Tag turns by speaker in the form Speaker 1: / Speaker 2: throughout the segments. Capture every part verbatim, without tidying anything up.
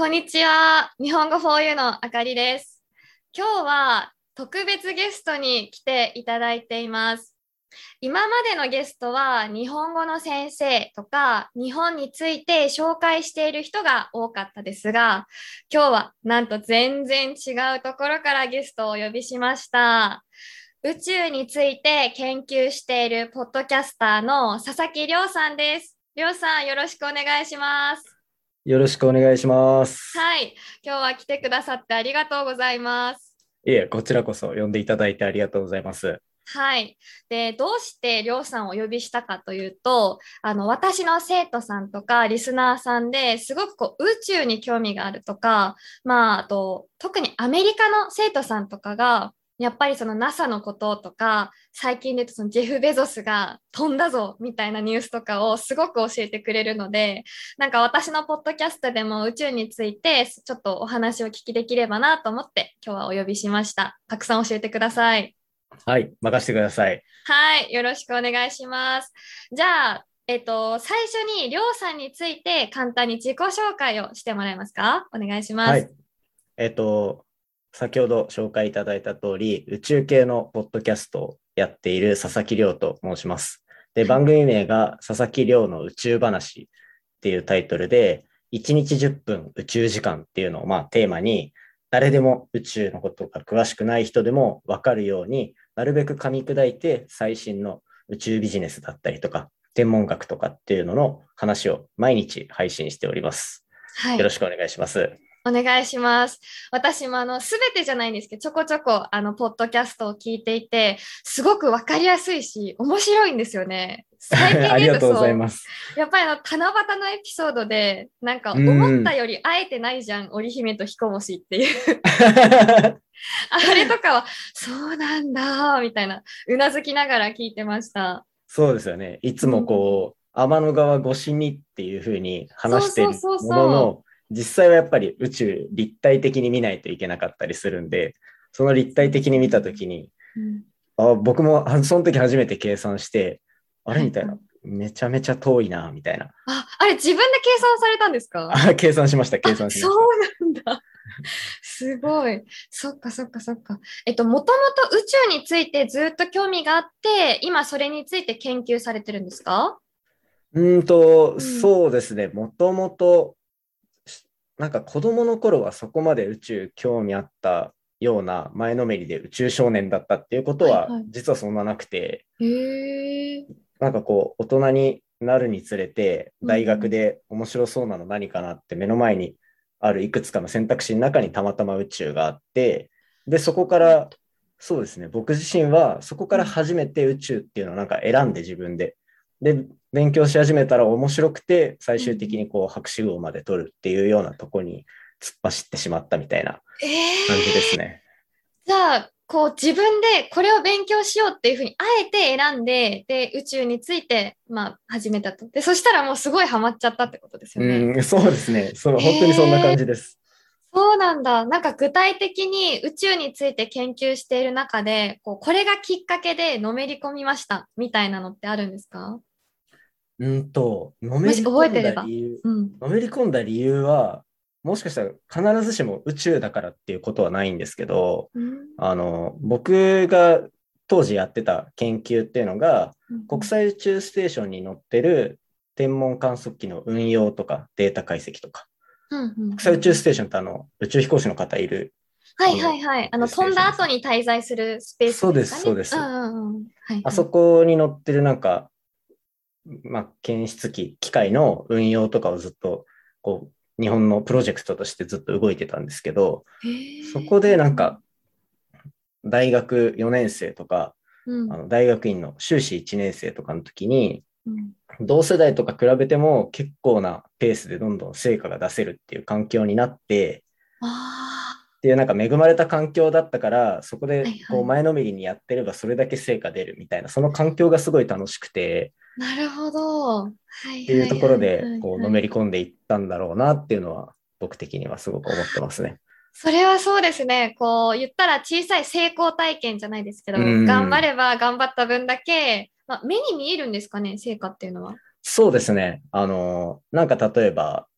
Speaker 1: こんにちは。日本語 フォーユー のあかりです。今日は特別ゲストに来ていただいています。今までのゲストは日本語の先生とか日本について紹介している人が多かったですが、今日はなんと全然違うところからゲストをお呼びしました。宇宙について研究しているポッドキャスターの佐々木亮さんです。亮さん、よろしくお願いします。
Speaker 2: よろしくお願いします。
Speaker 1: はい、今日は来てくださってありがとうございます。
Speaker 2: いえ、こちらこそ呼んでいただいてありがとうございます。
Speaker 1: はい。で、どうしてりょうさんをお呼びしたかというと、あの、私の生徒さんとかリスナーさんですごくこう宇宙に興味があるとか、まあ、あと、特にアメリカの生徒さんとかが、やっぱりその ナサ のこととか、最近で言うとそのジェフ・ベゾスが飛んだぞみたいなニュースとかをすごく教えてくれるので、なんか私のポッドキャストでも宇宙についてちょっとお話を聞きできればなと思って今日はお呼びしました。たくさん教えてください。
Speaker 2: はい、任せてください。
Speaker 1: はい、よろしくお願いします。じゃあ、えっと、最初にりょうさんについて簡単に自己紹介をしてもらえますか？お願いします。
Speaker 2: はい。えっと、先ほど紹介いただいた通り、宇宙系のポッドキャストをやっている佐々木亮と申します。で、
Speaker 1: はい。
Speaker 2: 番組名が佐々木亮の宇宙話っていうタイトルで、いちにちじゅっぷん宇宙時間っていうのをまあテーマに、誰でも宇宙のことが詳しくない人でも分かるように、なるべく噛み砕いて最新の宇宙ビジネスだったりとか、天文学とかっていうのの話を毎日配信しております。
Speaker 1: はい。
Speaker 2: よろしくお願いします。
Speaker 1: お願いします。私もあの、すべてじゃないんですけど、ちょこちょこあの、ポッドキャストを聞いていて、すごくわかりやすいし、面白いんですよね。最近で言う
Speaker 2: ありがとうござい
Speaker 1: とそう、
Speaker 2: ます。
Speaker 1: やっぱりあの、七夕のエピソードで、なん
Speaker 2: う
Speaker 1: か思った
Speaker 2: ん。
Speaker 1: より会えてないじゃん、織姫と彦星っていうあれとかは、そうなんだ、みたいな、うなずきながら聞いてました。
Speaker 2: そうですよね。いつも
Speaker 1: うん。
Speaker 2: こう、天の川越しにっていうふうに
Speaker 1: そう
Speaker 2: 話してる
Speaker 1: そうそうそ
Speaker 2: ものの、実際はやっぱり宇宙立体的に見ないといけなかったりするんで、その立
Speaker 1: う。
Speaker 2: 体的に見たときに、
Speaker 1: うん。
Speaker 2: あ、僕もあその時初めて計算して、あれみたいな、
Speaker 1: はいはい。
Speaker 2: めちゃめちゃ遠いな、みたいな。
Speaker 1: あ、あれ自分で計算されたんですか？
Speaker 2: あ、計算しました、計
Speaker 1: あ、
Speaker 2: 算しました。
Speaker 1: そうなんだ。すごい。そっかそっかそっか。えっと、もともと宇宙についてずっと興味があって、今それについて研究されてるんですか？
Speaker 2: うーんと、
Speaker 1: うん。
Speaker 2: そうですね。もともと、なんか子供の頃はそこまで宇宙興味あったような前のめりで宇宙少年だったっていうことは
Speaker 1: はいは
Speaker 2: 実はそんななくて、
Speaker 1: い。へえ。
Speaker 2: なんかこう大人になるにつれて大学
Speaker 1: うん。
Speaker 2: で面白そうなの何かなって目の前にあるいくつかの選択肢の中にたまたま宇宙があって、で、そこからそうですね、僕自身はそこから
Speaker 1: うん。
Speaker 2: 初めて宇宙っていうのをなんか選んで自分で。で、勉強し始めたら面白くて、最終的
Speaker 1: うん。
Speaker 2: にこう博士号まで取るっていうようなとこに突っ走ってしまったみたいな
Speaker 1: え
Speaker 2: 感じです
Speaker 1: え。
Speaker 2: ね。
Speaker 1: じゃあ、こう自分でこれを勉強しようっていうふうにあえて選んで、で、宇宙について、まあ、始めたと。で、そしたらもうすごいハマっちゃったってことですよね。
Speaker 2: うん、そうですね。その本当にそんな
Speaker 1: へえ、
Speaker 2: 感じです。
Speaker 1: そうなんだ。なんか具体的に宇宙について研究している中で、こう、これがきっかけでのめり込みましたみたいなのってあるんですか？
Speaker 2: うんと、の
Speaker 1: もし
Speaker 2: めり込ん
Speaker 1: 覚えてれば。
Speaker 2: だ理由、
Speaker 1: うん。
Speaker 2: のめり込んだ理由は、もしかしたら必ずしも宇宙だからっていうことはないんですけど、
Speaker 1: うん。
Speaker 2: あの、僕が当時やってた研究っていうのが、国
Speaker 1: うん。
Speaker 2: 際宇宙ステーションに乗ってる天文観測機の運用とかデータ解析とか、
Speaker 1: うん。うん。うん。
Speaker 2: 国際宇
Speaker 1: うん。
Speaker 2: 宙ステーションってあの、宇宙飛行士の方いる、
Speaker 1: はいは
Speaker 2: あの、
Speaker 1: いはい。あの、
Speaker 2: 宇宙ステ
Speaker 1: 飛ん
Speaker 2: ーションですね。
Speaker 1: だ後に滞在するスペース
Speaker 2: そうです、そう
Speaker 1: ですかね。うん
Speaker 2: です。
Speaker 1: うんうん。はい
Speaker 2: あそ
Speaker 1: はい。
Speaker 2: こに乗ってるなんか、まあ、検出機、機械の運用とかをずっと、こう、日本のプロジェクトとしてずっと動いてたんですけど、
Speaker 1: へえ。
Speaker 2: そこでなんか、
Speaker 1: うん
Speaker 2: 大学よねん生とか、
Speaker 1: うん。
Speaker 2: あの大学院の修士いちねん生とかの時に、
Speaker 1: うん。
Speaker 2: 同世代とか比べても結構なペースでどんどん成果が出せるっていう環境になって、
Speaker 1: あ
Speaker 2: っていうなんか恵まれた環境だったから、そこ
Speaker 1: あ、は
Speaker 2: で
Speaker 1: いはい。
Speaker 2: こう前のめりにやってればそれだけ成果出るみたいな、その環境がすごい楽しくて、
Speaker 1: なるほど。はい
Speaker 2: っていうとこ
Speaker 1: はいはい
Speaker 2: ろで、
Speaker 1: はいはい。
Speaker 2: こう、のめり込んでいったんだろうなっていうのは、僕的にはすごく思ってますね。
Speaker 1: それはそうですね。こう言ったら小さい成功体験じゃないですけ
Speaker 2: う
Speaker 1: ど、頑張
Speaker 2: ん。
Speaker 1: れば頑張った分だけ、まあ、目に見えるんですかね、成果っていうのは。
Speaker 2: そうですね。あの、なんか例えば、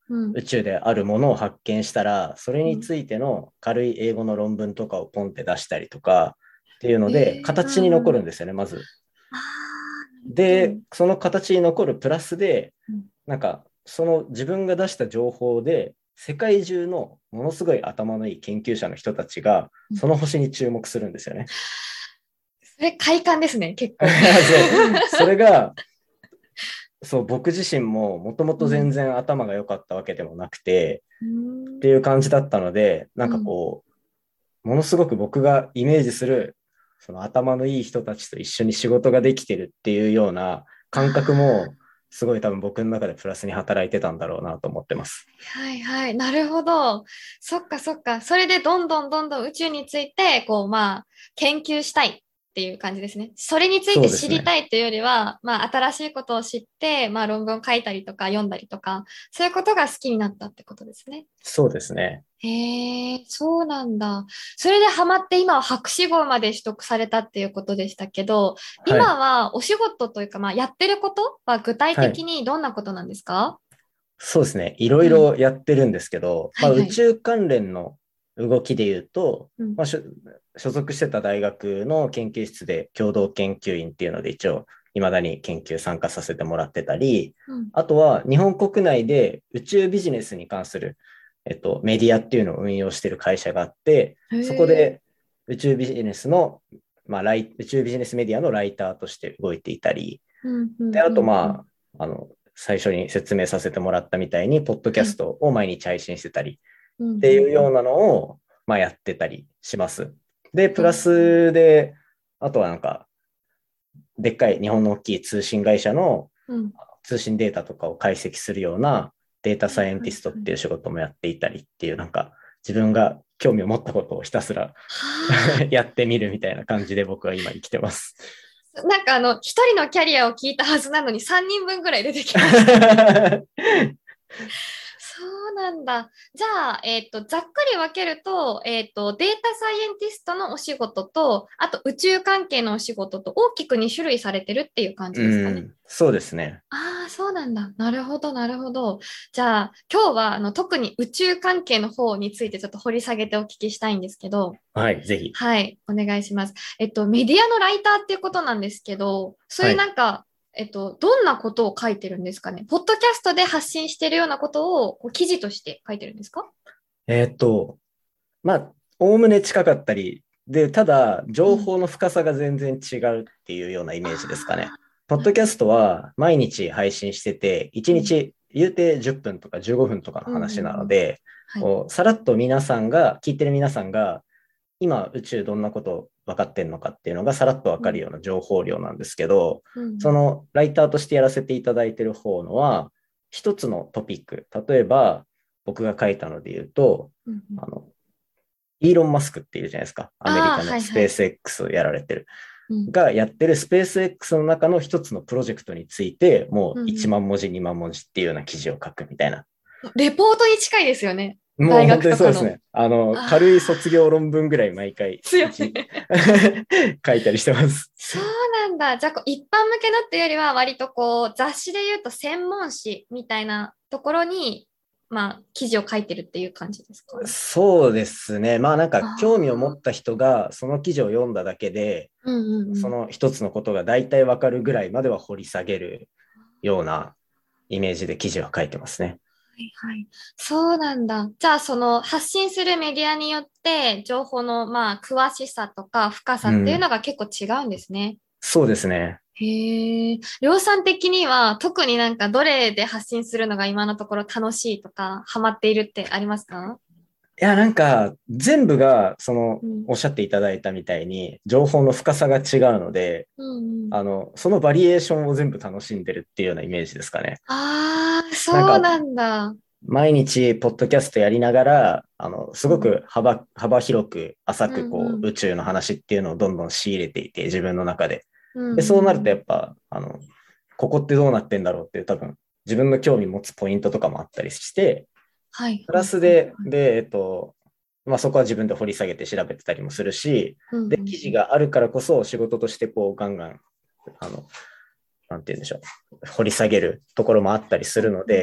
Speaker 1: うん
Speaker 2: 宇宙であるものを発見したら、それについての軽い英語の論文とかをポンって出したりとかっていうので、
Speaker 1: えー、
Speaker 2: 形に
Speaker 1: うんうん。
Speaker 2: 残るんですよね、まず。
Speaker 1: ああ、なるほ
Speaker 2: で、
Speaker 1: ど。
Speaker 2: その形に残るプラスで、
Speaker 1: うん
Speaker 2: なんか、その自分が出した情報で、世界中のものすごい頭のいい研究者の人たちが、
Speaker 1: うん。
Speaker 2: その星に注目するんですよね。
Speaker 1: それ快感ですね、結構。
Speaker 2: そう、それが、そう、僕自身ももともと全
Speaker 1: うん。
Speaker 2: 然頭が良かったわけでもなくて、
Speaker 1: うー
Speaker 2: っていう
Speaker 1: ん。
Speaker 2: 感じだったので、なんか
Speaker 1: うん。
Speaker 2: こう、ものすごく僕がイメージする、その頭のいい人たちと一緒に仕事ができてるっていうような感覚
Speaker 1: あ
Speaker 2: も、すごい多分僕の中でプラスに働いてたんだろうなと思ってます。
Speaker 1: あ、はいはい。なるほど。そっかそっか。それでどんどんどんどん宇宙について、こう、まあ、研究したいっていう感じですね。それについて知り
Speaker 2: そうですね。
Speaker 1: たいというよりは、まあ、新しいことを知って、まあ、論文を書いたりとか読んだりとか、そういうことが好きになったってことですね。
Speaker 2: そうですね。
Speaker 1: へえ、そうなんだ。それでハマって今は博士号まで取得されたっていうことでしたけど、
Speaker 2: はい。
Speaker 1: 今はお仕事というか、まあ、やってることは具体
Speaker 2: はい。
Speaker 1: 的にどんなことなんですか？
Speaker 2: そうですね。いろい
Speaker 1: うん。
Speaker 2: ろやってるんですけど、まあ、宇
Speaker 1: はいはい。
Speaker 2: 宙関連の動きで言うと、
Speaker 1: うん。
Speaker 2: まあ、所所属してた大学の研究室で共同研究員っていうので一応、未だに研究参加させてもらってたり、
Speaker 1: うん。
Speaker 2: あとは日本国内で宇宙ビジネスに関する、えっと、メディアっていうのを運用している会社があって、
Speaker 1: へ
Speaker 2: そこ
Speaker 1: え。
Speaker 2: で宇宙ビジネスの、まあ、ライ宇宙ビジネスメディアのライターとして動いていたり、
Speaker 1: うん、う
Speaker 2: で、
Speaker 1: ん、
Speaker 2: あと、
Speaker 1: うん、うん。
Speaker 2: まあ、あの、最初に説明させてもらったみたいに、ポッドキ
Speaker 1: はい。
Speaker 2: ャストを毎日配信してたり
Speaker 1: うん、う
Speaker 2: っていうよう
Speaker 1: ん、
Speaker 2: なのを、まあ、やってたりします。で、プラ
Speaker 1: うん。
Speaker 2: スで、あとはなんか、でっかい日本の大きい通信会社の
Speaker 1: うん。
Speaker 2: 通信データとかを解析するようなデータ
Speaker 1: はい、
Speaker 2: サイエン
Speaker 1: はい、
Speaker 2: ティストっ
Speaker 1: はい。
Speaker 2: ていう仕事もやっていたりっていう、なんか、自分が興味を持ったことをひたすら
Speaker 1: は
Speaker 2: やってみるみたいな感じで僕は今生きてます。
Speaker 1: あ。なんかあの、一人のキャリアを聞いたはずなのにさんにんぶんぐらい出てきました。そうなんだ。じゃあ、えっと、ざっくり分けると、えっと、データサイエンティストのお仕事と、あと宇宙関係のお仕事と大きくに種類されてるっていう感じですかね。
Speaker 2: うん、そうですね。
Speaker 1: ああ、そうなんだ。なるほど、なるほど。じゃあ、今日はあの特に宇宙関係の方についてちょっと掘り下げてお聞きしたいんですけど、
Speaker 2: はい、ぜひ。
Speaker 1: はい、お願いします。えっと、メディアのライターっていうことなんですけど、そういうな
Speaker 2: はい。
Speaker 1: んか、えっと、どんなことを書いてるんですかね。ポッドキャストで発信してるようなことをこう記事として書いてるんですか？
Speaker 2: えーっと、まあ、おおむね近かったり、で、ただ、
Speaker 1: うん。
Speaker 2: 情報の深さが全然違うっていうようなイメージですかね。
Speaker 1: あ
Speaker 2: ポッ
Speaker 1: あ、なる
Speaker 2: ドキャストは毎日配信してて、1
Speaker 1: ほど。うん。
Speaker 2: 日言うてじゅっぷんとかじゅうごふんとかの
Speaker 1: うんうん
Speaker 2: 話な
Speaker 1: うん。
Speaker 2: ので、
Speaker 1: はい。
Speaker 2: こうさらっと皆さんが、聞いてる皆さんが、今宇宙どんなこと分かってんのかっていうのがさらっと分
Speaker 1: うん。
Speaker 2: かるような情報量なんですけど、
Speaker 1: うん。
Speaker 2: そのライターとしてやらせていただいている方のは、一つのトピック、例えば僕が書いたので言うと、
Speaker 1: うん。うん。
Speaker 2: あの、イーロン・マスクっていうじゃないですか。アメリ
Speaker 1: ああ、
Speaker 2: カの
Speaker 1: はいはい。
Speaker 2: スペース X をやられてる。
Speaker 1: うん。
Speaker 2: がやってるスペース X の中の一つのプロジェクトについて、もう1
Speaker 1: うん。
Speaker 2: 万文字、にまん文字っていうような記事を書くみたいな。
Speaker 1: うん。レポートに近いですよね。大
Speaker 2: もう本当に
Speaker 1: 学とかの。
Speaker 2: そうですね。あの、軽い卒
Speaker 1: ああ、
Speaker 2: 業論文ぐらい毎回
Speaker 1: ですよ
Speaker 2: 一
Speaker 1: ね。
Speaker 2: 書いたりしてます。
Speaker 1: そうなんだ。じゃあ、こう一般向けのっていうよりは、割とこう、雑誌で言うと専門誌みたいなところに、まあ、記事を書いてるっていう感じですか？
Speaker 2: そうですね。まあなんか興味を持
Speaker 1: ああ
Speaker 2: った人がその記事を読んだだけで、
Speaker 1: ー、うんうんうん。
Speaker 2: その一つのことが大体わかるぐらいまでは掘り下げるようなイメージで記事は書いてますね。
Speaker 1: はいはい。そうなんだ。じゃあ、その発信するメディアによって、情報の、まあ、詳しさとか深さっていう
Speaker 2: うん。
Speaker 1: のが結構違うんですね。
Speaker 2: そうですね。
Speaker 1: へえ。量産的には、特になんかどれで発信するのが今のところ楽しいとか、ハマっているってありますか？
Speaker 2: いや、なんか、全部が、その、
Speaker 1: うん。
Speaker 2: おっしゃっていただいたみたいに、情報の深さが違うので、
Speaker 1: うんうん。
Speaker 2: あの、そのバリエーションを全部楽しんでるっていうようなイメージですかね。
Speaker 1: ああ、そう
Speaker 2: なんか、
Speaker 1: なんだ。
Speaker 2: 毎日、ポッドキャストやりながら、あの、すご
Speaker 1: うん。
Speaker 2: く幅、幅広く、浅く、
Speaker 1: うんうん。
Speaker 2: こう、宇宙の話っていうのをどんどん仕入れていて、自分の中で。
Speaker 1: うん
Speaker 2: で、そうなると、や
Speaker 1: うんうん。
Speaker 2: っぱ、あの、ここってどうなってんだろうっていう、多分、自分の興味持つポイントとかもあったりして、プラ
Speaker 1: はいはい
Speaker 2: スで、
Speaker 1: はいはい。
Speaker 2: で、えっと、まあ、そこは自分で掘り下げて調べてたりもするし、
Speaker 1: うんう
Speaker 2: で、記事
Speaker 1: んうん。
Speaker 2: があるからこそ仕事としてこうガンガン、あの、なんて言うんでしょう、掘り下げるところもあったりするの
Speaker 1: うん
Speaker 2: で、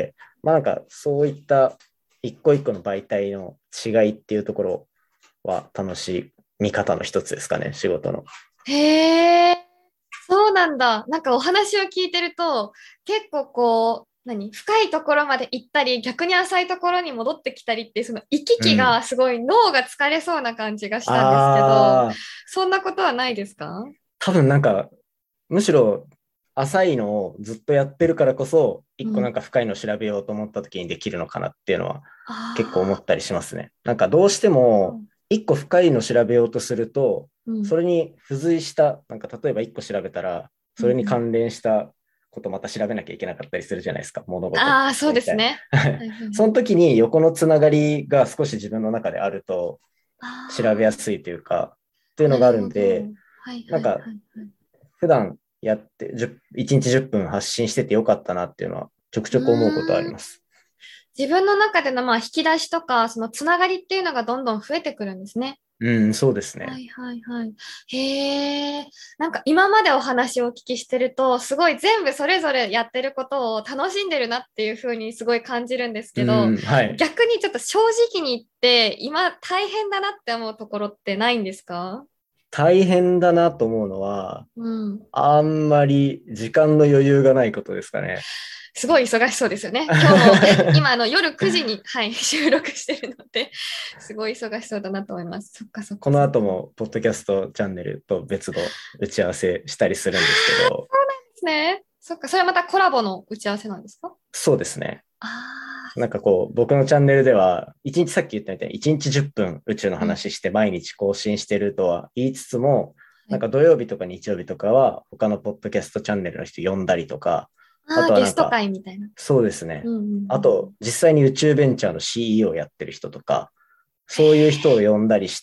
Speaker 2: まあなんかそういった一個一個の媒体の違いっていうところは楽しい見方の一つですかね、仕事の。
Speaker 1: へえ、そうなんだ。なんかお話を聞いてると、結構こう、何、深いところまで行ったり、逆に浅いところに戻ってきたりっていう、その行き来
Speaker 2: うん。
Speaker 1: がすごい脳が疲れそうな感じがしたんですけど、
Speaker 2: ああ、
Speaker 1: そんなことはないですか？
Speaker 2: 多分なんか、むしろ浅いのをずっとやってるからこそ、一個なん
Speaker 1: うん。
Speaker 2: か深いのを調べようと思った時にできるのかなっていうのは結構思
Speaker 1: あ
Speaker 2: ったりしますね。なんかどうしても、
Speaker 1: あ、
Speaker 2: 一個深いのを調べようとすると、
Speaker 1: うん。
Speaker 2: それに付随した、なんか例えば一個調べたら、
Speaker 1: うんうん。
Speaker 2: それに関連したことまた調べなきゃいけなかったりするじゃないですか、物事って
Speaker 1: ああ、そう
Speaker 2: 大体。
Speaker 1: ですね。はいはいはい。
Speaker 2: その時に横のつながりが少し自分の中であると調べや
Speaker 1: あ
Speaker 2: すいというか、っていう
Speaker 1: あ、
Speaker 2: のがある
Speaker 1: なるほ
Speaker 2: んで、
Speaker 1: ど。はいはい
Speaker 2: なんか
Speaker 1: はいはい。
Speaker 2: 普段やっていちにちじゅっぷん発信しててよかったなっていうのはちょくち
Speaker 1: う
Speaker 2: ょく思うことはあり
Speaker 1: ーん。
Speaker 2: ます。
Speaker 1: 自分の中でのまあ引き出しとか、そのつながりっていうのがどんどん増えてくるんですね。
Speaker 2: うん、そうですね。
Speaker 1: はいはいはい。へえ。なんか今までお話をお聞きしてると、すごい全部それぞれやってることを楽しんでるなっていう風にすごい感じるんですけど、
Speaker 2: うん、はい。
Speaker 1: 逆にちょっと正直に言って、今大変だなって思うところってないんですか？
Speaker 2: 大変だなと思うのは、
Speaker 1: うん。
Speaker 2: あんまり時間の余裕がないことですかね。
Speaker 1: すごい忙しそうですよね。今日も、今、あの、夜くじに、はい、収録してるので、すごい忙しそうだなと思います。そっかそっ
Speaker 2: この
Speaker 1: かそっか。で
Speaker 2: 後も、ポッドキャストチャンネルと別途打ち合わせしたりするんですけど、
Speaker 1: すね。そっか、それはまたコラボの打ち合わせなんですか？
Speaker 2: そうですね。
Speaker 1: ああー、
Speaker 2: なんかこう、僕のチャンネルでは、一日さっき言ったみたいに、いちにちじゅっぷん宇宙の
Speaker 1: うん。
Speaker 2: 話して毎日更新してるとは言いつつも、
Speaker 1: はい。
Speaker 2: なんか土曜日とか日曜日とかは、他のポッドキャストチャンネルの人呼んだりとか、あ
Speaker 1: ああ、ゲスト
Speaker 2: とはなんか、
Speaker 1: 会みたいな。
Speaker 2: そうですね。
Speaker 1: うんうんうん。
Speaker 2: あと、実際に宇宙ベンチャーの シーイーオー やってる人とか、
Speaker 1: へえ。
Speaker 2: そういう人を呼んだりして、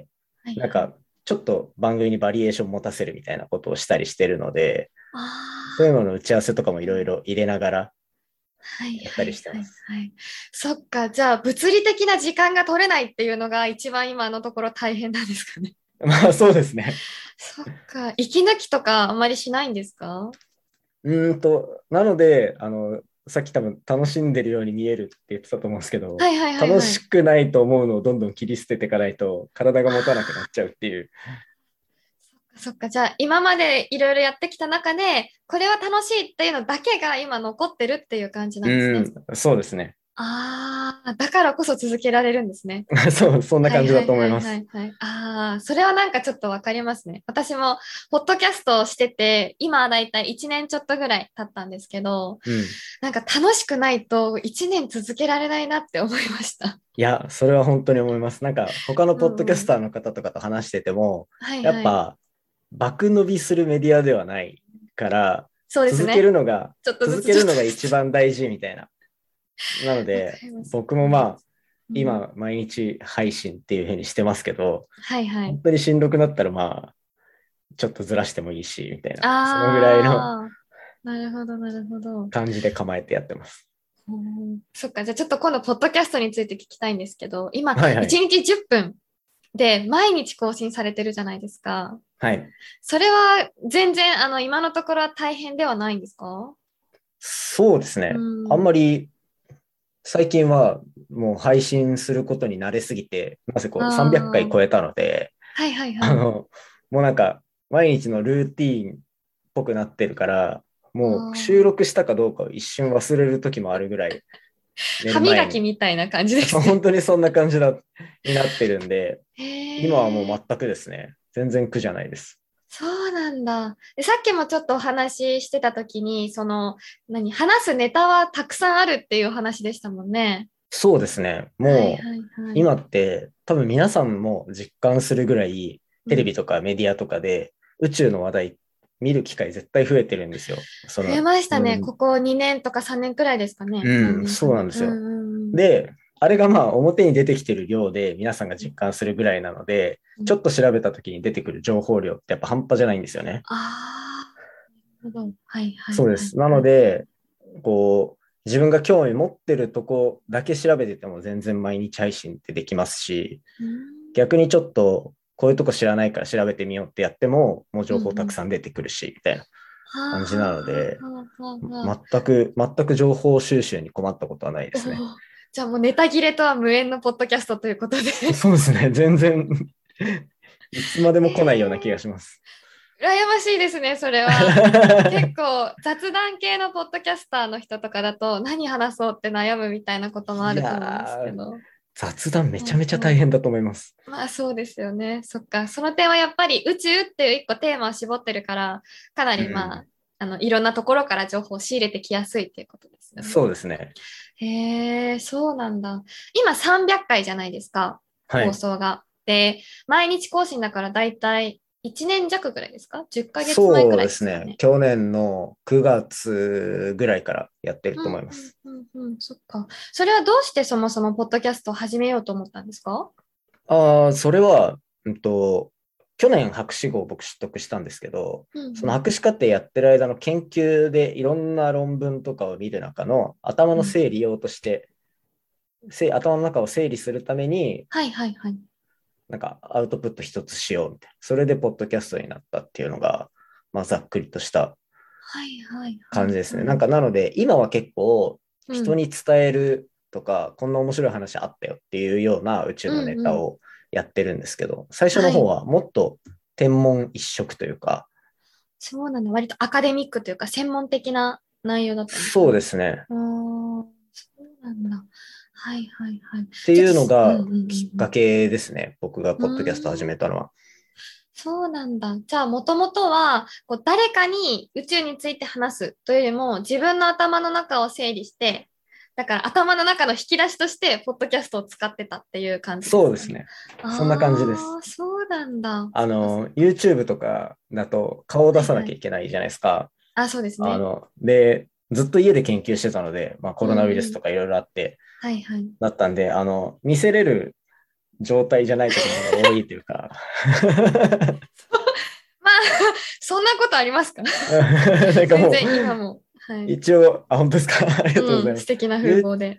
Speaker 1: はいはい。
Speaker 2: なんか、ちょっと番組にバリエーション持たせるみたいなことをしたりしてるので、
Speaker 1: あ
Speaker 2: そういうのの
Speaker 1: あ。
Speaker 2: 打ち合わせとかもいろいろ入れながら
Speaker 1: はい
Speaker 2: やったり
Speaker 1: はいはい
Speaker 2: してます。
Speaker 1: はい。そっか、じゃあ物理的な時間が取れないっていうのが一番今のところ大変なんですかね。
Speaker 2: まあそうですね。
Speaker 1: そっか、息抜きとかあんまりしないんですか？
Speaker 2: うーんと、なので、あの、さっき多分楽しんでるように見えるって言ってたと思うんですけど、
Speaker 1: はいはいはい
Speaker 2: 楽
Speaker 1: はい。
Speaker 2: しくないと思うのをどんどん切り捨てていかないと体が持たなくなっちゃうっていう。
Speaker 1: そっか、じゃあ今までいろいろやってきた中で、これは楽しいっていうのだけが今残ってるっていう感じなんですね。
Speaker 2: うん、そうですね。
Speaker 1: ああ、だからこそ続けられるんですね。
Speaker 2: そう、そんな
Speaker 1: はい
Speaker 2: 感じだ
Speaker 1: はいはい
Speaker 2: と思います。
Speaker 1: はいはい。ああ、それはなんかちょっとわかりますね。私も、ポッドキャストをしてて、今だいたいいちねんちょっとぐらい経ったんですけど、
Speaker 2: うん。
Speaker 1: なんか楽しくないといちねん続けられないなって思いました。
Speaker 2: いや、それは本当に思います。なんか、他のポッドキャ
Speaker 1: うんうん。
Speaker 2: スターの方とかと話してても、
Speaker 1: はいはい。
Speaker 2: やっぱ、爆伸びするメディアではないから、続け
Speaker 1: そうですね。
Speaker 2: るのが、
Speaker 1: ちょっとずつちょっと
Speaker 2: 続けるのが一
Speaker 1: ずつ。
Speaker 2: 番大事みたいな。なの
Speaker 1: わか
Speaker 2: で、
Speaker 1: ります。うん。
Speaker 2: 僕もまあ、
Speaker 1: うん、
Speaker 2: 今、毎日配信っていうふうにしてますけど、
Speaker 1: はいはい。
Speaker 2: 本当にしんどくなったら、まあ、ちょっとずらしてもいいし、みたいな、そのぐらいの
Speaker 1: ああ、なるほどなるほど。
Speaker 2: 感じで構えてやってます。
Speaker 1: うん、そっか、じゃあちょっと今度、ポッドキャストについて聞きたいんですけど、今、1
Speaker 2: はいはい。
Speaker 1: 日じゅっぷんで毎日更新されてるじゃないですか。
Speaker 2: はい。
Speaker 1: それは全然、あの、今のところは大変ではないんですか？
Speaker 2: そうです
Speaker 1: う
Speaker 2: ね。あん
Speaker 1: ん。
Speaker 2: まり最近はもう配信することに慣れすぎて、なぜこうさんびゃっかい
Speaker 1: ああ、
Speaker 2: 超えたので、
Speaker 1: はいはいはい。
Speaker 2: あの、もうなんか毎日のルーティーンっぽくなってるから、
Speaker 1: あ
Speaker 2: もう収
Speaker 1: あ、
Speaker 2: 録したかどうかを一瞬忘れる時もあるぐらい寝
Speaker 1: 歯磨き
Speaker 2: る前に。
Speaker 1: みたいな感じで
Speaker 2: そう
Speaker 1: すね。
Speaker 2: 本当にそんな感じだになってるんで、今はもう
Speaker 1: へえ、
Speaker 2: 全くですね。全然苦じゃないです。
Speaker 1: そうなんだ。で、さっきもちょっとお話ししてた時に、その、何、話すネタはたくさんあるっていうお話でしたもんね。
Speaker 2: そうですね。もう
Speaker 1: はいはいはい。
Speaker 2: 今って多分皆さんも実感するぐらい
Speaker 1: うん。
Speaker 2: テレビとかメディアとかで宇宙の話題見る機会絶対増えてるんですよ。そ
Speaker 1: 増え
Speaker 2: の、
Speaker 1: ましたね。
Speaker 2: うん、
Speaker 1: ここにねんとかさんねんくらいですかね。何
Speaker 2: うん、
Speaker 1: 年かで。
Speaker 2: そうなんですよ。
Speaker 1: うんうんうん。
Speaker 2: で、あれがまあ表に出てきてる量で皆さんが実感するぐらいなので、
Speaker 1: うん、
Speaker 2: ちょっと調べた時に出てくる情報量ってやっぱ半端じゃないんですよね。
Speaker 1: ああ、なるほど。はいはい
Speaker 2: そうです。な
Speaker 1: はいはい。
Speaker 2: ので、こう、自分が興味持ってるとこだけ調べてても全然毎日配信ってできますし、
Speaker 1: うん。
Speaker 2: 逆にちょっとこういうとこ知らないから調べてみようってやっても、もう情報たく
Speaker 1: うんうん。
Speaker 2: さん出てくるし、みたいな。 感じなので、
Speaker 1: はあはあはあ、
Speaker 2: 全く、全く情報収集に困ったことはないですね。
Speaker 1: じゃあもうネタ切れとは無縁のポッドキャストということで。
Speaker 2: そうですね。全然いつまでも来ないような気がします。
Speaker 1: 羨ましいですね、それは。結構雑談系のポッドキャスターの人とかだと何話そうって悩むみたいなこともあ
Speaker 2: い
Speaker 1: ると思うんです
Speaker 2: やー、
Speaker 1: けど。
Speaker 2: 雑談めちゃめちゃ
Speaker 1: うんうん、
Speaker 2: 大変だと思います。
Speaker 1: まあそうですよね。そっか。その点はやっぱり宇宙っていう一個テーマを絞ってるから、かなりまあ、
Speaker 2: うん。
Speaker 1: あの、いろんなところから情報を仕入れてきやすいっていうことですよね。
Speaker 2: そうですね。
Speaker 1: へえ、そうなんだ。今さんびゃっかいじゃないですか、放
Speaker 2: はい。
Speaker 1: 送が。で、毎日更新だからだいたいいちねん弱ぐらいですか？ じゅっ ヶ月前く
Speaker 2: そう
Speaker 1: らい
Speaker 2: ですね。
Speaker 1: ですかね。
Speaker 2: 去年のくがつぐらいからやってる
Speaker 1: うん、
Speaker 2: と思います。
Speaker 1: うん、うん、うん、そっか。それはどうしてそもそもポッドキャストを始めようと思ったんですか？
Speaker 2: ああ、それは、うんと、去年博士号を僕取得したんですけど、
Speaker 1: うん、
Speaker 2: その
Speaker 1: うん、
Speaker 2: 博士課程やってる間の研究でいろんな論文とかを見る中の頭の
Speaker 1: うん。
Speaker 2: 整理用として、せ頭の中を整理するために、
Speaker 1: はい、はい、はい。
Speaker 2: なんかアウトプット一つしようみたいな。それでポッドキャストになったっていうのが、まあ、ざっくりとした
Speaker 1: はい、はい、はい、
Speaker 2: 感じですね。
Speaker 1: はい。
Speaker 2: なんかなので、今は結構
Speaker 1: うん、
Speaker 2: 人に伝えるとか、こんな面白い話あったよっていうような宇宙のネ
Speaker 1: うん、うん。
Speaker 2: タをやってるんですけど、最初の
Speaker 1: はい。
Speaker 2: 方はもっと天文一色というか、
Speaker 1: そうなんだ。割とアカデミックというか、専門的な内容だったんですか
Speaker 2: そうで
Speaker 1: ね。
Speaker 2: すね。
Speaker 1: うーん、そうなんだ。はい、はい、はい。
Speaker 2: っていうの
Speaker 1: ちょっとす、うん、う
Speaker 2: が
Speaker 1: ん、うん、
Speaker 2: きっかけですね。僕が
Speaker 1: う
Speaker 2: ポッドキャスト始
Speaker 1: ん。うーん、
Speaker 2: めたのは。
Speaker 1: そうなんだ。じゃあ、もともとは、こう、誰かに宇宙について話すというよりも、自分の頭の中を整理して、だから頭の中の引き出しとして、ポッドキャストを使ってたっていう感じですかね。
Speaker 2: そうですね。そんな感じです。
Speaker 1: ああ、そうなんだ。そっかそっ
Speaker 2: あの、
Speaker 1: か。
Speaker 2: YouTube とかだと顔を出さなきゃ
Speaker 1: はいはい。
Speaker 2: いけないじゃないですか。
Speaker 1: あ、そうですね。
Speaker 2: あの、で、ずっと家で研究してたので、まあ、コ
Speaker 1: う
Speaker 2: ロナウイル
Speaker 1: んうん。
Speaker 2: スとかいろいろあって、
Speaker 1: はいはい。
Speaker 2: だったんで、あの、見せれる状態じゃない時の方が多いというか
Speaker 1: まあ、そんなことありますか？
Speaker 2: なんかもう、
Speaker 1: 全然今も。はい。
Speaker 2: 一応、あ、本当ですか？ありがとうご
Speaker 1: うん、
Speaker 2: ざいます。
Speaker 1: 素敵な風
Speaker 2: ユ
Speaker 1: 貌で。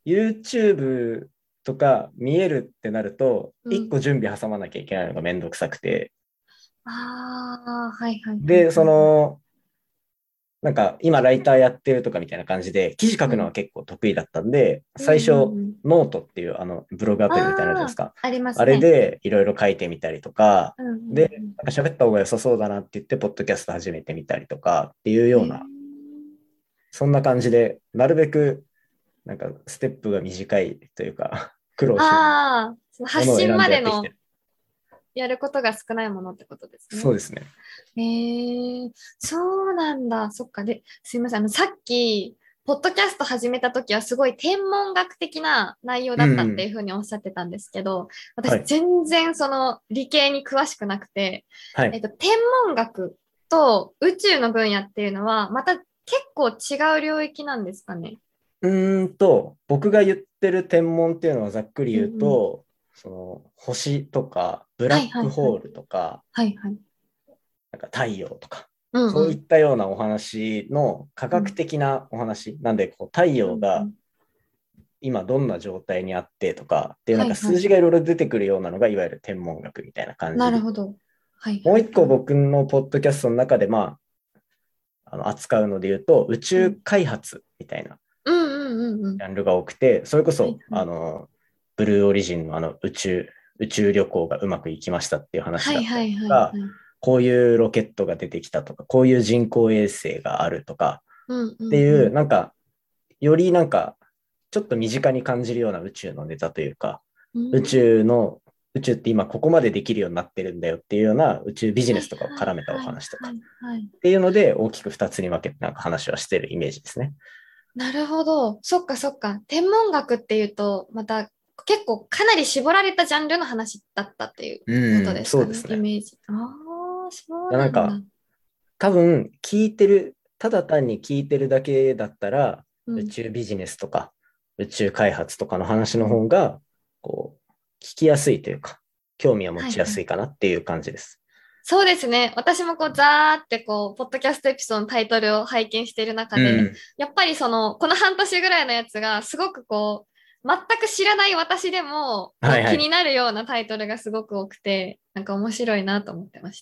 Speaker 2: YouTube とか見えるってなると、
Speaker 1: うん。
Speaker 2: 一個準備挟まなきゃいけないのがめんどくさくて、
Speaker 1: ああ、はいはいはい
Speaker 2: で、そ
Speaker 1: はいはい。
Speaker 2: の、なんか今ライターやってるとかみたいな感じで、記事書くのは
Speaker 1: うん。
Speaker 2: 結構得意だったんで、
Speaker 1: うんうん
Speaker 2: 最初、
Speaker 1: うん。
Speaker 2: ノートっていうあのブログアプリみたいなのあるじゃないです
Speaker 1: ああ、
Speaker 2: か。
Speaker 1: ありま
Speaker 2: あれ
Speaker 1: すね。
Speaker 2: でいろいろ書いてみたりとか、
Speaker 1: うんう
Speaker 2: で、
Speaker 1: ん
Speaker 2: なんか喋った方が良さそうだなって言って、ポッドキャスト始めてみたりとかっていう
Speaker 1: うん。へ
Speaker 2: ような、
Speaker 1: え。
Speaker 2: そんな感じで、なるべくなんかステップが短いというか、苦労しない
Speaker 1: ああ、その発信
Speaker 2: ものを選ん
Speaker 1: までの
Speaker 2: でやってきてる。
Speaker 1: やることが少ないものってことですね。
Speaker 2: そうですね。
Speaker 1: へえ、そうなんだ。そっか。で、すいません。あの、さっき、ポッドキャスト始めた時はすごい天文学的な内容だったっていう
Speaker 2: うんうん。
Speaker 1: ふうにおっしゃってたんですけど、私
Speaker 2: はい。
Speaker 1: 全然その理系に詳しくなくて、
Speaker 2: はい。
Speaker 1: えっと、天文学と宇宙の分野っていうのはまた結構違う領域なんですかね。
Speaker 2: うーんと、僕が言ってる天文っていうのはざっくり言う
Speaker 1: うんうん。
Speaker 2: と、その星とかブ
Speaker 1: はい
Speaker 2: ラッ
Speaker 1: はいはい。
Speaker 2: クホールとか、
Speaker 1: はいはい。
Speaker 2: なんか太陽とか、
Speaker 1: うんうん。
Speaker 2: そういったようなお話の科学
Speaker 1: うん
Speaker 2: 的なお話。なんで、こう太陽が
Speaker 1: うんうん。
Speaker 2: 今どんな状態にあってとかっていうなんか
Speaker 1: はいはい。
Speaker 2: 数字がいろいろ出てくるようなのがいわゆる天文学みたいな感じで。
Speaker 1: なるほど。はい
Speaker 2: もう
Speaker 1: はいはい。
Speaker 2: 一個僕のポッドキャストの中で、まあ、あの扱うので言うと、宇宙
Speaker 1: うん。
Speaker 2: 開発みたいな
Speaker 1: うんうんうんうん。
Speaker 2: ジャンルが多くて、それこそ、
Speaker 1: はいはい。
Speaker 2: あの、ブルーオリジンのあの宇宙、宇宙旅行がうまくいきましたっていう話だったり
Speaker 1: はいはい
Speaker 2: とか、
Speaker 1: はいはい。
Speaker 2: こういうロケットが出てきたとか、こういう人工衛星があるとか
Speaker 1: うんう
Speaker 2: っていう、
Speaker 1: んうん。
Speaker 2: なんか、よりなんか、ちょっと身近に感じるような宇宙のネタというか、
Speaker 1: う
Speaker 2: 宇
Speaker 1: ん。
Speaker 2: 宙の、宇宙って今ここまでできるようになってるんだよっていうような宇宙ビジ
Speaker 1: はい
Speaker 2: ネスとかを
Speaker 1: はい
Speaker 2: 絡めたお
Speaker 1: はい
Speaker 2: 話とか
Speaker 1: はいはい。
Speaker 2: っていうので大きくふたつに分けてなんか話はしてるイメージですね。
Speaker 1: なるほど。そっかそっか。天文学っていうと、また結構かなり絞られたジャンルの話だったっていうこと
Speaker 2: うん、
Speaker 1: ですかね。
Speaker 2: そうですね。
Speaker 1: イメージ。ああ、そ
Speaker 2: い
Speaker 1: うなんだ。
Speaker 2: やなんか多分聞いてる、ただ単に聞いてるだけだったら宇
Speaker 1: うん。
Speaker 2: 宙ビジネスとか宇宙開発とかの話の
Speaker 1: うん。
Speaker 2: 方がこう聞きやすいというか興味を持ちや
Speaker 1: はいはい。
Speaker 2: すいかなっていう感じです。
Speaker 1: そうですね。私もこう、ざーってこう、ポッドキャストエピソードのタイトルを拝見している中で、
Speaker 2: うん。
Speaker 1: やっぱりその、この半年ぐらいのやつが、すごくこう、全く知らない私でも、こう、
Speaker 2: はいはい。
Speaker 1: 気になるようなタイトルがすごく多くて、なんか面白いなと思ってました。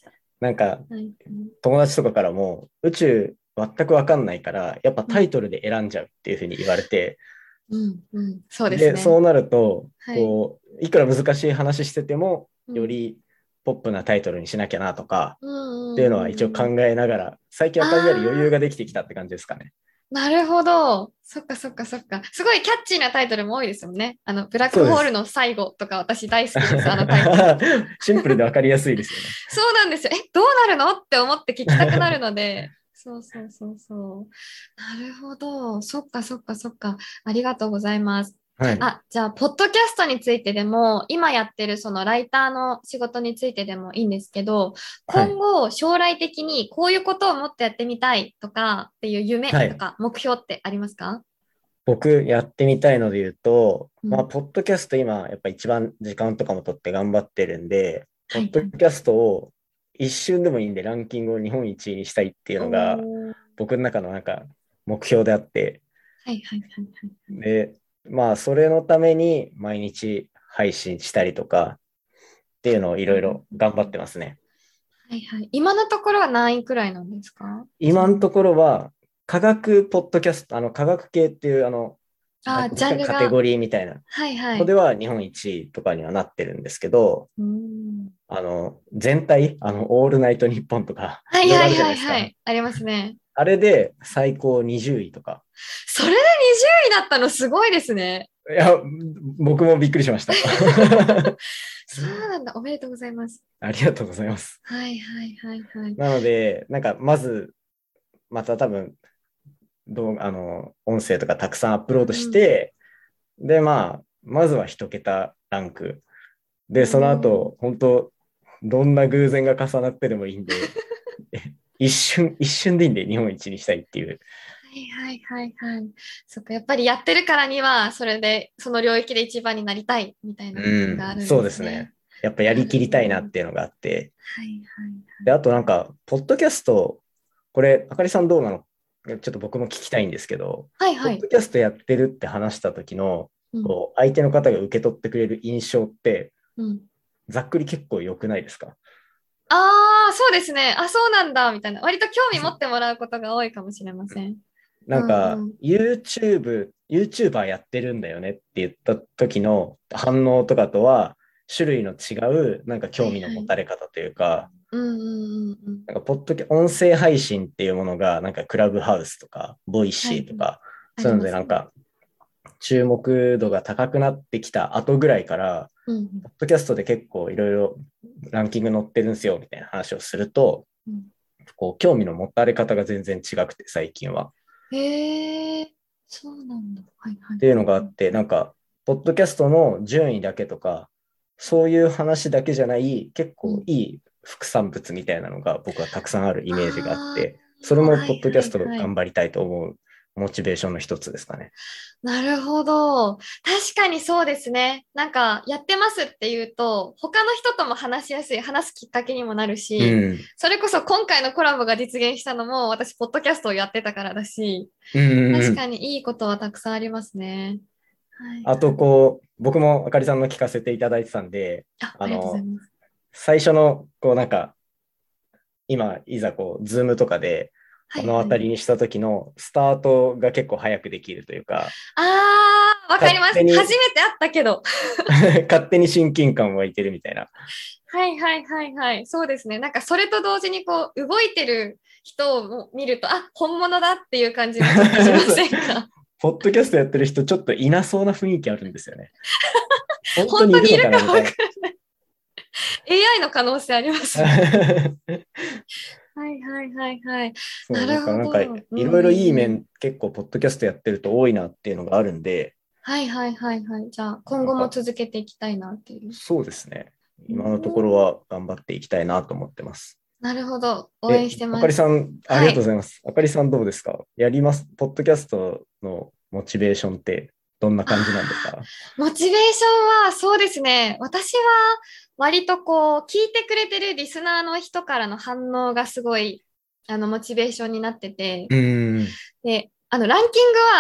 Speaker 2: なんか
Speaker 1: はい
Speaker 2: 友達とかからも宇宙全くわかんないから、やっぱタイトルで選んじゃうっていうふうに言われて、
Speaker 1: うんうん、そうです
Speaker 2: で、
Speaker 1: ね。
Speaker 2: そうなると、
Speaker 1: はい。
Speaker 2: こう、いくら難しい話してても、
Speaker 1: うん、
Speaker 2: よりポップなタイトルにしなきゃなとか、
Speaker 1: うんうん
Speaker 2: っていうのは一応考
Speaker 1: うんうん。
Speaker 2: えながら、最近
Speaker 1: あ
Speaker 2: は考える余裕
Speaker 1: あ、
Speaker 2: ができてきたって感じですかね。
Speaker 1: なるほど。そっかそっかそっか。すごいキャッチーなタイトルも多いですよね。あの、ブラック
Speaker 2: そうです。
Speaker 1: ホールの最後とか私大好きです。あのタイトル。
Speaker 2: シンプルでわかりやすいですよね。
Speaker 1: そうなんですよ。え、どうなるのって思って聞きたくなるので。そうそうそうそう。なるほど。そっかそっかそっか。ありがとうございます。
Speaker 2: はい。
Speaker 1: あ、じゃあ、ポッドキャストについてでも、今やってるそのライターの仕事についてでもいいんですけど、
Speaker 2: はい。
Speaker 1: 今後、将来的にこういうことをもっとやってみたいとかっていう夢
Speaker 2: はい。
Speaker 1: とか目標ってありますか？
Speaker 2: 僕やってみたいので言うと、まあ、
Speaker 1: うん。
Speaker 2: ポッドキャスト今、やっぱ一番時間とかも取って頑張ってるんで、ポッ
Speaker 1: はいはい。
Speaker 2: ドキャストを一瞬でもいいんでランキングを日本一位にしたいっていうのが、
Speaker 1: おー。
Speaker 2: 僕の中のなんか目標であって、
Speaker 1: はいはいはいはいはい。
Speaker 2: で、まあ、それのために毎日配信したりとかっていうのをいろい
Speaker 1: なる
Speaker 2: ろ頑張っ
Speaker 1: ほど。
Speaker 2: てますね。
Speaker 1: はいはい。今のところは何位くらいなんですか？ちなみに。
Speaker 2: 今のところは、科学ポッドキャスト、あの、科学系っていう、あの、な
Speaker 1: あー、ジ
Speaker 2: んですか、
Speaker 1: ャンルが。
Speaker 2: カテゴリーみたいな
Speaker 1: はいはい。
Speaker 2: のでは日本一位とかにはなってるんですけど、
Speaker 1: うーん。
Speaker 2: あの、全体、あの、オールナイトニッポンとか、いろいろあるじゃ
Speaker 1: はいはいは
Speaker 2: ないですか。
Speaker 1: いはい。ありますね。
Speaker 2: あれで最高にじゅういとか。
Speaker 1: それでにじゅういだったのすごいですね。
Speaker 2: いや、僕もびっくりしました。
Speaker 1: そうなんだ。おめでとうございます。
Speaker 2: ありがとうございます。
Speaker 1: はいはいはいはい。
Speaker 2: なので、なんか、まず、また多分、動画、あの、音声とかたくさんアップロードし
Speaker 1: うん
Speaker 2: て、で、まあ、まずは一桁ランク。で、その
Speaker 1: うん。おー。
Speaker 2: 後、本当どんな偶然が重なってでもいいんで、一瞬、一瞬でいいんで日本一にしたいっていう。
Speaker 1: はいはいはいはい。そっか、やっぱりやってるからには、それで、その領域で一番になりたいみたいな部分が
Speaker 2: うん、
Speaker 1: あるん
Speaker 2: そう
Speaker 1: ですね。
Speaker 2: ですね。やっぱや
Speaker 1: な
Speaker 2: りきりたい
Speaker 1: るほど。は
Speaker 2: なっていうのがあって。
Speaker 1: いはいは
Speaker 2: で、あと
Speaker 1: いはい。
Speaker 2: なんか、ポッドキャスト、これ、あかりさんどうなの？ちょっと僕も聞きたいんですけど、
Speaker 1: はいはい。
Speaker 2: ポッドキャストやってるって話した時の、
Speaker 1: うん。
Speaker 2: こう相手の方が受け取ってくれる印象って、
Speaker 1: うん。
Speaker 2: ざっくり結構良くないですか？
Speaker 1: ああ、そうですね。あ、そうなんだ、みたいな。割と興味持ってもらうことが多いかもしれません。う
Speaker 2: なんか、
Speaker 1: んうん。
Speaker 2: YouTube、YouTuber やってるんだよねって言った時の反応とかとは、種類の違う、なんか興味の
Speaker 1: はいはい。
Speaker 2: 持たれ方というか、
Speaker 1: うんうんうんうん。
Speaker 2: なんか、ポッドキャ、音声配信っていうものが、なんか、クラブハウスとか、ボイ
Speaker 1: はいはい。
Speaker 2: シーとか、
Speaker 1: あ
Speaker 2: そういうの
Speaker 1: りますね。
Speaker 2: でなんか、注目度が高くなってきた後ぐらいから、
Speaker 1: うん
Speaker 2: ポッドキャストで結構いろいろランキング載ってるんですよ、みたいな話をすると、
Speaker 1: うん。
Speaker 2: こう、興味の持たれ方が全然違くて、最近は。
Speaker 1: へえ、そうなんだ。はいはい
Speaker 2: っていう
Speaker 1: はいはい。
Speaker 2: のがあって、なんか、ポッドキャストの順位だけとか、そういう話だけじゃない、結
Speaker 1: うん。
Speaker 2: 構いい副産物みたいなのが僕はたくさんあるイメージがあっ
Speaker 1: あ
Speaker 2: て、それ
Speaker 1: あ、
Speaker 2: も
Speaker 1: はい
Speaker 2: ポッドキャスト
Speaker 1: はいはい。
Speaker 2: 頑張りたいと思うモチベーションの一つですかね。
Speaker 1: なるほど。確かにそうですね。なんか、やってますって言うと、他の人とも話しやすい、話すきっかけにもなる
Speaker 2: う
Speaker 1: し、
Speaker 2: ん。
Speaker 1: それこそ今回のコラボが実現したのも、私、ポッドキャストをやってたからだし、
Speaker 2: うんうんう
Speaker 1: 確か
Speaker 2: ん。
Speaker 1: にいいことはたくさんありますね。はい
Speaker 2: あと、
Speaker 1: はい。
Speaker 2: こう、僕もあかりさんの聞かせていただいてたんで、
Speaker 1: あ、ありがとうござい
Speaker 2: あの、
Speaker 1: ます。
Speaker 2: 最初の、こう、なんか、今、いざこう、ズームとかで目の当
Speaker 1: はいはい。
Speaker 2: たりにした時のスタートが結構早くできるというか、
Speaker 1: あー、わかり
Speaker 2: 勝
Speaker 1: ます。初
Speaker 2: 手に
Speaker 1: めて会ったけど。
Speaker 2: 勝手に親近感湧いてるみたいな。
Speaker 1: はいはいはいはい。そうですね。なんかそれと同時にこう動いてる人を見ると、あ、本物だっていう感じもちょっとしませんか？
Speaker 2: ポッドキャストやってる人、ちょっといなそうな雰囲気あるんですよね。本当
Speaker 1: 本当にいる
Speaker 2: にいるのかなみたいな。
Speaker 1: かわかん エーアイ の可能性ありますね。はいはいはいはい。な
Speaker 2: そう、だ
Speaker 1: る
Speaker 2: からなんか、
Speaker 1: ほど。うん
Speaker 2: いろいろいい
Speaker 1: うんうん。
Speaker 2: 面、結構、ポッドキャストやってると多いなっていうのがあるんで、
Speaker 1: はいはいはいはい。じゃあ今後も
Speaker 2: なんか、
Speaker 1: 続けていきたいなっていう。
Speaker 2: そうですね。
Speaker 1: う
Speaker 2: 今のところ
Speaker 1: ん。
Speaker 2: は頑張っていきたいなと思ってます。
Speaker 1: なるほど。応
Speaker 2: え、
Speaker 1: 援して
Speaker 2: あか
Speaker 1: ます。
Speaker 2: りさん、あり
Speaker 1: はい。
Speaker 2: がとうございます。あかりさんどうですか？やります。ポッドキャストのモチベーションってどんな感じなんです
Speaker 1: あ
Speaker 2: か？
Speaker 1: ー、モチベーションはそうですね。私は割とこう、聞いてくれてるリスナーの人からの反応がすごい、あの、モチベーションになってて、
Speaker 2: うーん。
Speaker 1: で、あの、ランキングは、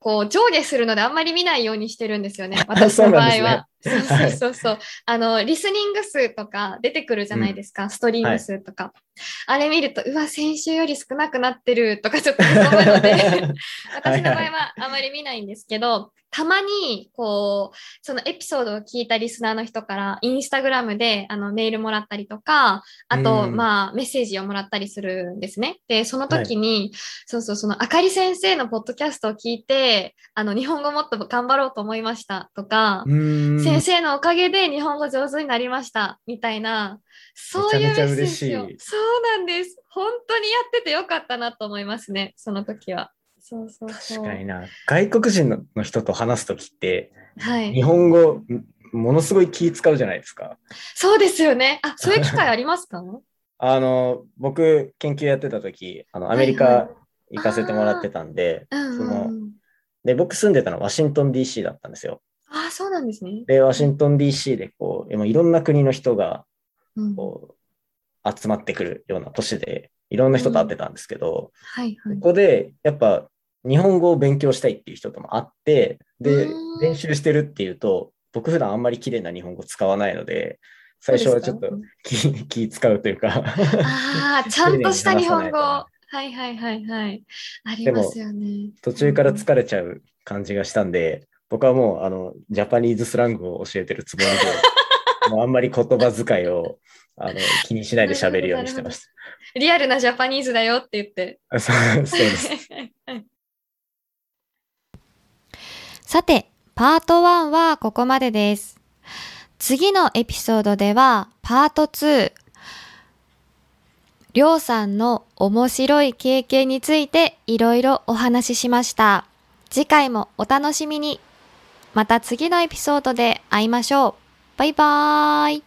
Speaker 1: こう上下するのであんまり見ないようにしてるんですよね。私の場合は。そうそうそうそう。あの、リスニング数とか出てくるじゃないですか。うん、ストリーム数とか。はい、あれ見ると、うわ、先週より少なくなってるとかちょっとへこむので、私の場合はあまり見ないんですけど、たまに、こう、そのエピソードを聞いたリスナーの人から、インスタグラムであのメールもらったりとか、あと、まあ、メッセージをもらったりするんですね。で、その時に、はい、そうそう、そのあかり先生のポッドキャストを聞いて、あの、日本語もっと頑張ろうと思いましたとか、先生のおかげで日本語上手になりましたみたいな、そういうメッセージを。そうなんです。本当にやっててよかったなと思いますね、その時は。そうそうそう。
Speaker 2: 確かにな。外国人の人と話すときって、
Speaker 1: はい、
Speaker 2: 日本語、ものすごい気使うじゃないですか。
Speaker 1: そうですよね。あ、そういう機会ありますか？
Speaker 2: あの、僕、研究やってたとき、あの、アメリカ行かせてもらってたんで、はいはい、その、で、僕住んでたのはワシントン ディーシー だったんですよ。
Speaker 1: ああ、そうなんですね。
Speaker 2: で、ワシントン ディーシー で、こう、いろんな国の人が、こう、うん、集まってくるような都市で、いろんな人と会ってたんですけど、
Speaker 1: うん、はいはい、
Speaker 2: ここで、やっぱ、日本語を勉強したいっていう人とも会って、で、練習してるっていうと、僕普段あんまり綺麗な日本語使わないので、最初はちょっと気、気使うというか。
Speaker 1: ああ、ちゃんとした日本語。はいはいはいはい。ありますよね。
Speaker 2: 途中から疲れちゃう感じがしたんで、僕はもう、あの、ジャパニーズスラングを教えてるつもりで、もうあんまり言葉遣いをあの気にしないで喋るようにしてました。
Speaker 1: リアルなジャパニーズだよって言って。
Speaker 2: そうそうです。
Speaker 3: さて、パートワンはここまでです。次のエピソードでは、パートツー、りょうさんの面白い経験についていろいろお話ししました。次回もお楽しみに。また次のエピソードで会いましょう。バイバーイ。